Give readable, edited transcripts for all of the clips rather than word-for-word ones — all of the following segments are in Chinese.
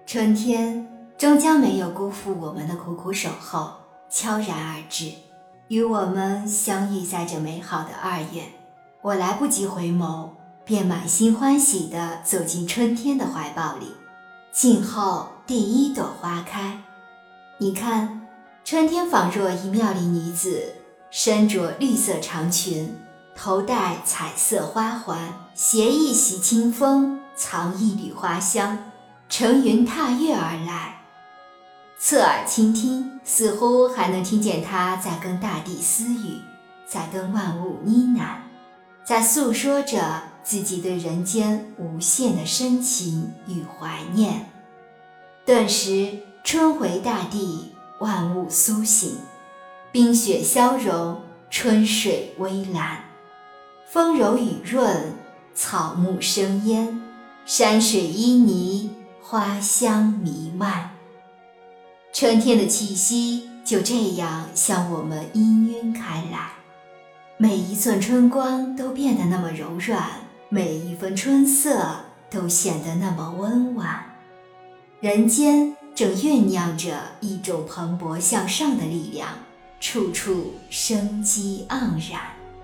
春天终将没有辜负我们的苦苦守候，悄然而至，与我们相遇在这美好的2月。我来不及回眸，便满心欢喜地走进春天的怀抱里，静候第一朵花开。你看，春天仿若一妙龄女子，身着绿色长裙，头戴彩色花环，携一袭清风，藏一缕花香，乘云踏月而来。侧耳倾听，似乎还能听见她在跟大地私语，在跟万物呢喃，在诉说着自己对人间无限的深情与怀念。顿时春回大地，万物苏醒，冰雪消融，春水微澜，风柔雨润，草木生烟，山水旖旎，花香弥漫。春天的气息就这样向我们氤氲开来，每一寸春光都变得那么柔软，每一分春色都显得那么温婉。人间正酝酿着一种蓬勃向上的力量，处处生机盎然。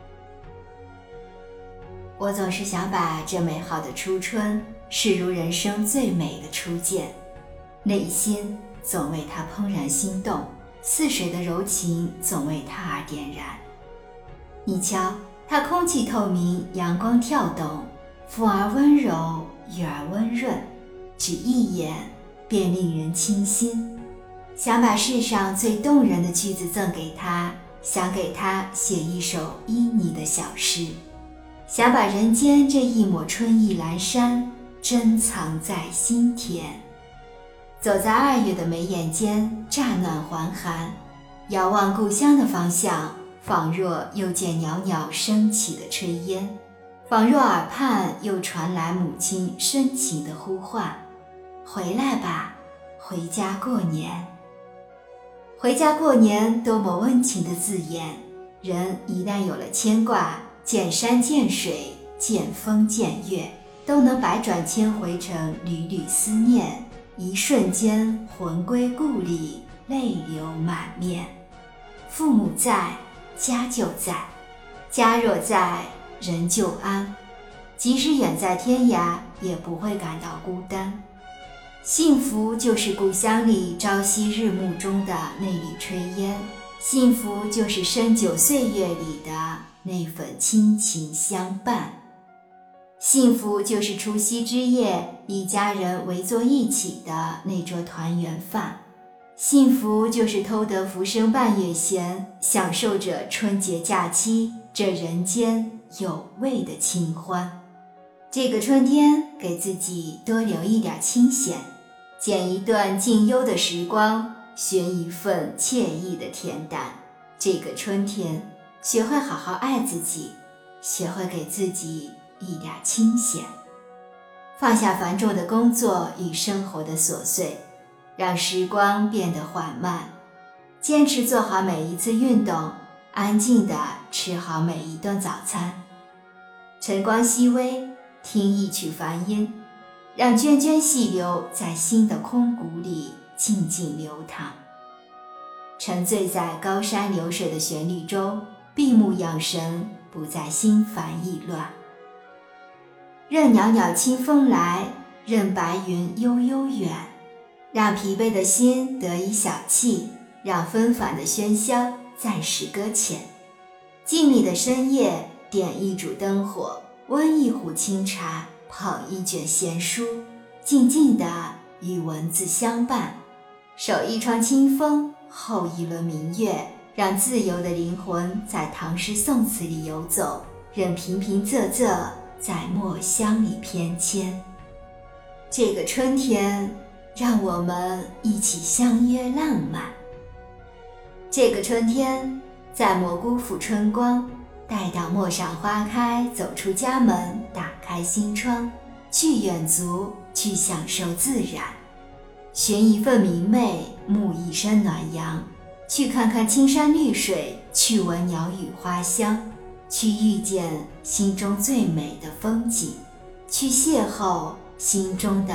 我总是想把这美好的初春视如人生最美的初见，内心总为它怦然心动，似水的柔情总为它而点燃。你瞧，它空气透明，阳光跳动，风儿温柔，雨儿温润，只一眼便令人倾心。想把世上最动人的句子赠给他，想给他写一首依你的小诗，想把人间这一抹春意阑珊珍藏在心田。走在2月的眉眼间，乍暖还寒，遥望故乡的方向，仿若又见袅袅升起的炊烟，仿若耳畔又传来母亲深情的呼唤：回来吧，回家过年。回家过年，多么温情的字眼，人一旦有了牵挂，见山见水，见风见月，都能百转千回成缕缕思念，一瞬间魂归故里，泪流满面。父母在，家就在，家若在，人就安，即使远在天涯，也不会感到孤单。幸福就是故乡里朝夕日暮中的那缕炊烟，幸福就是深酒岁月里的那份亲情相伴，幸福就是除夕之夜一家人围坐一起的那桌团圆饭，幸福就是偷得浮生半月闲，享受着春节假期这人间有味的清欢。这个春天给自己多留一点清闲，捡一段静幽的时光，寻一份惬意的恬淡。这个春天学会好好爱自己，学会给自己一点清闲，放下繁重的工作与生活的琐碎，让时光变得缓慢，坚持做好每一次运动，安静地吃好每一顿早餐。晨光熹微，听一曲梵音，让涓涓细流在心的空谷里静静流淌，沉醉在高山流水的旋律中，闭目养神，不再心烦意乱。任袅袅清风来，任白云悠悠远，让疲惫的心得以小憩，让纷繁的喧嚣暂时搁浅。静谧的深夜，点一烛灯火，温一壶清茶，捧一卷闲书，静静地与文字相伴，手一窗清风，后一轮明月，让自由的灵魂在唐诗宋词里游走，任平平仄仄在墨香里翩跹。这个春天，让我们一起相约浪漫。这个春天，在蘑菇抚春光，待到陌上花开，走出家门，打开心窗，去远足，去享受自然，寻一份明媚，沐一身暖阳，去看看青山绿水，去闻鸟语花香，去遇见心中最美的风景，去邂逅心中的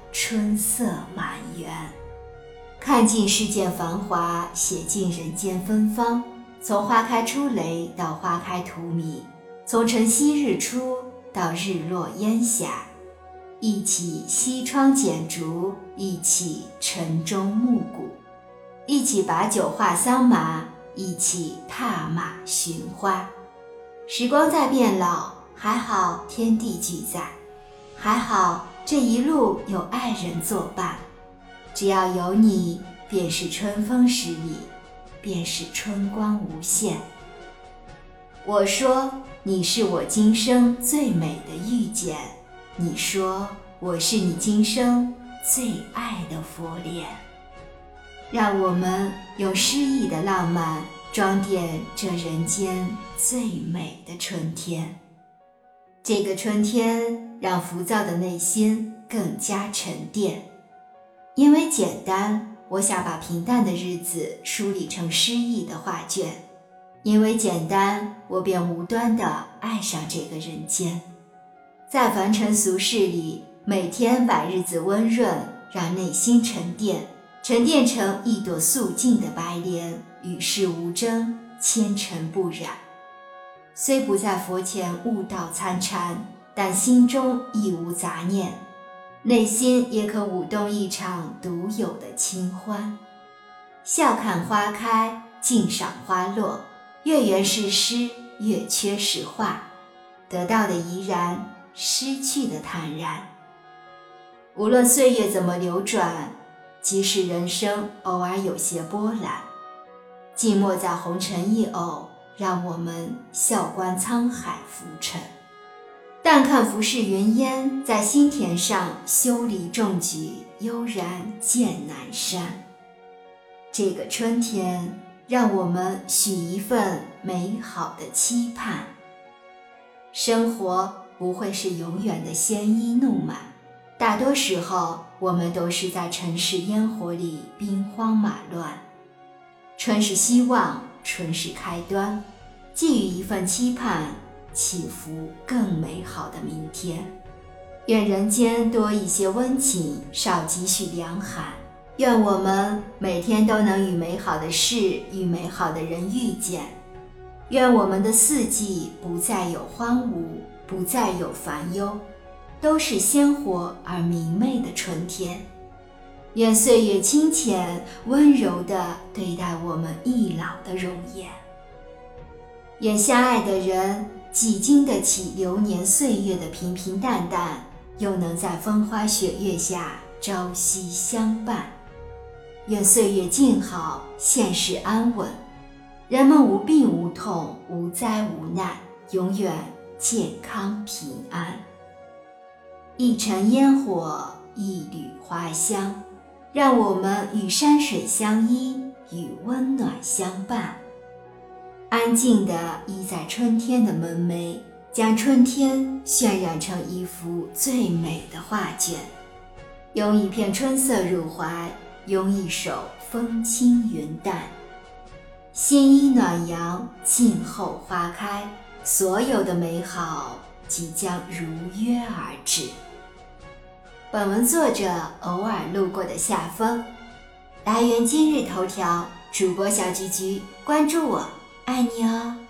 春色满园。看尽世间繁华，写尽人间芬芳。从花开初雷到花开荼蘼，从晨曦日出到日落烟霞，一起西窗剪烛，一起晨钟暮鼓，一起把酒话桑麻，一起踏马寻花。时光在变老，还好天地俱在，还好这一路有爱人作伴。只要有你，便是春风十里，便是春光无限。我说你是我今生最美的遇见，你说我是你今生最爱的佛莲。让我们用诗意的浪漫装点这人间最美的春天。这个春天让浮躁的内心更加沉淀。因为简单，我想把平淡的日子梳理成诗意的画卷。因为简单，我便无端地爱上这个人间。在凡尘俗世里，每天把日子温润，让内心沉淀，沉淀成一朵素净的白莲，与世无争，纤尘不染。虽不在佛前悟道参禅，但心中亦无杂念，内心也可舞动一场独有的清欢。笑看花开，静赏花落，月圆是诗，月缺是画，得到的怡然，失去的坦然。无论岁月怎么流转，即使人生偶尔有些波澜，静默在红尘一偶，让我们笑观沧海浮沉。但看浮世云烟，在心田上修篱种菊，悠然见南山。这个春天，让我们许一份美好的期盼。生活不会是永远的鲜衣怒马，大多时候我们都是在尘世烟火里兵荒马乱。春是希望，春是开端，寄予一份期盼，祈福更美好的明天。愿人间多一些温情，少几许凉寒。愿我们每天都能与美好的事与美好的人遇见。愿我们的四季不再有荒芜，不再有烦忧，都是鲜活而明媚的春天。愿岁月清浅，温柔地对待我们易老的容颜。愿相爱的人既经得起流年岁月的平平淡淡，又能在风花雪月下朝夕相伴。愿岁月静好，现世安稳，人们无病无痛，无灾无难，永远健康平安。一尘烟火，一缕花香，让我们与山水相依，与温暖相伴。安静地依在春天的门楣，将春天渲染成一幅最美的画卷。拥一片春色入怀，拥一首风轻云淡。心衣暖阳，静候花开，所有的美好即将如约而至。本文作者偶尔路过的夏风，来源今日头条，主播小菊菊，关注我，爱你哦。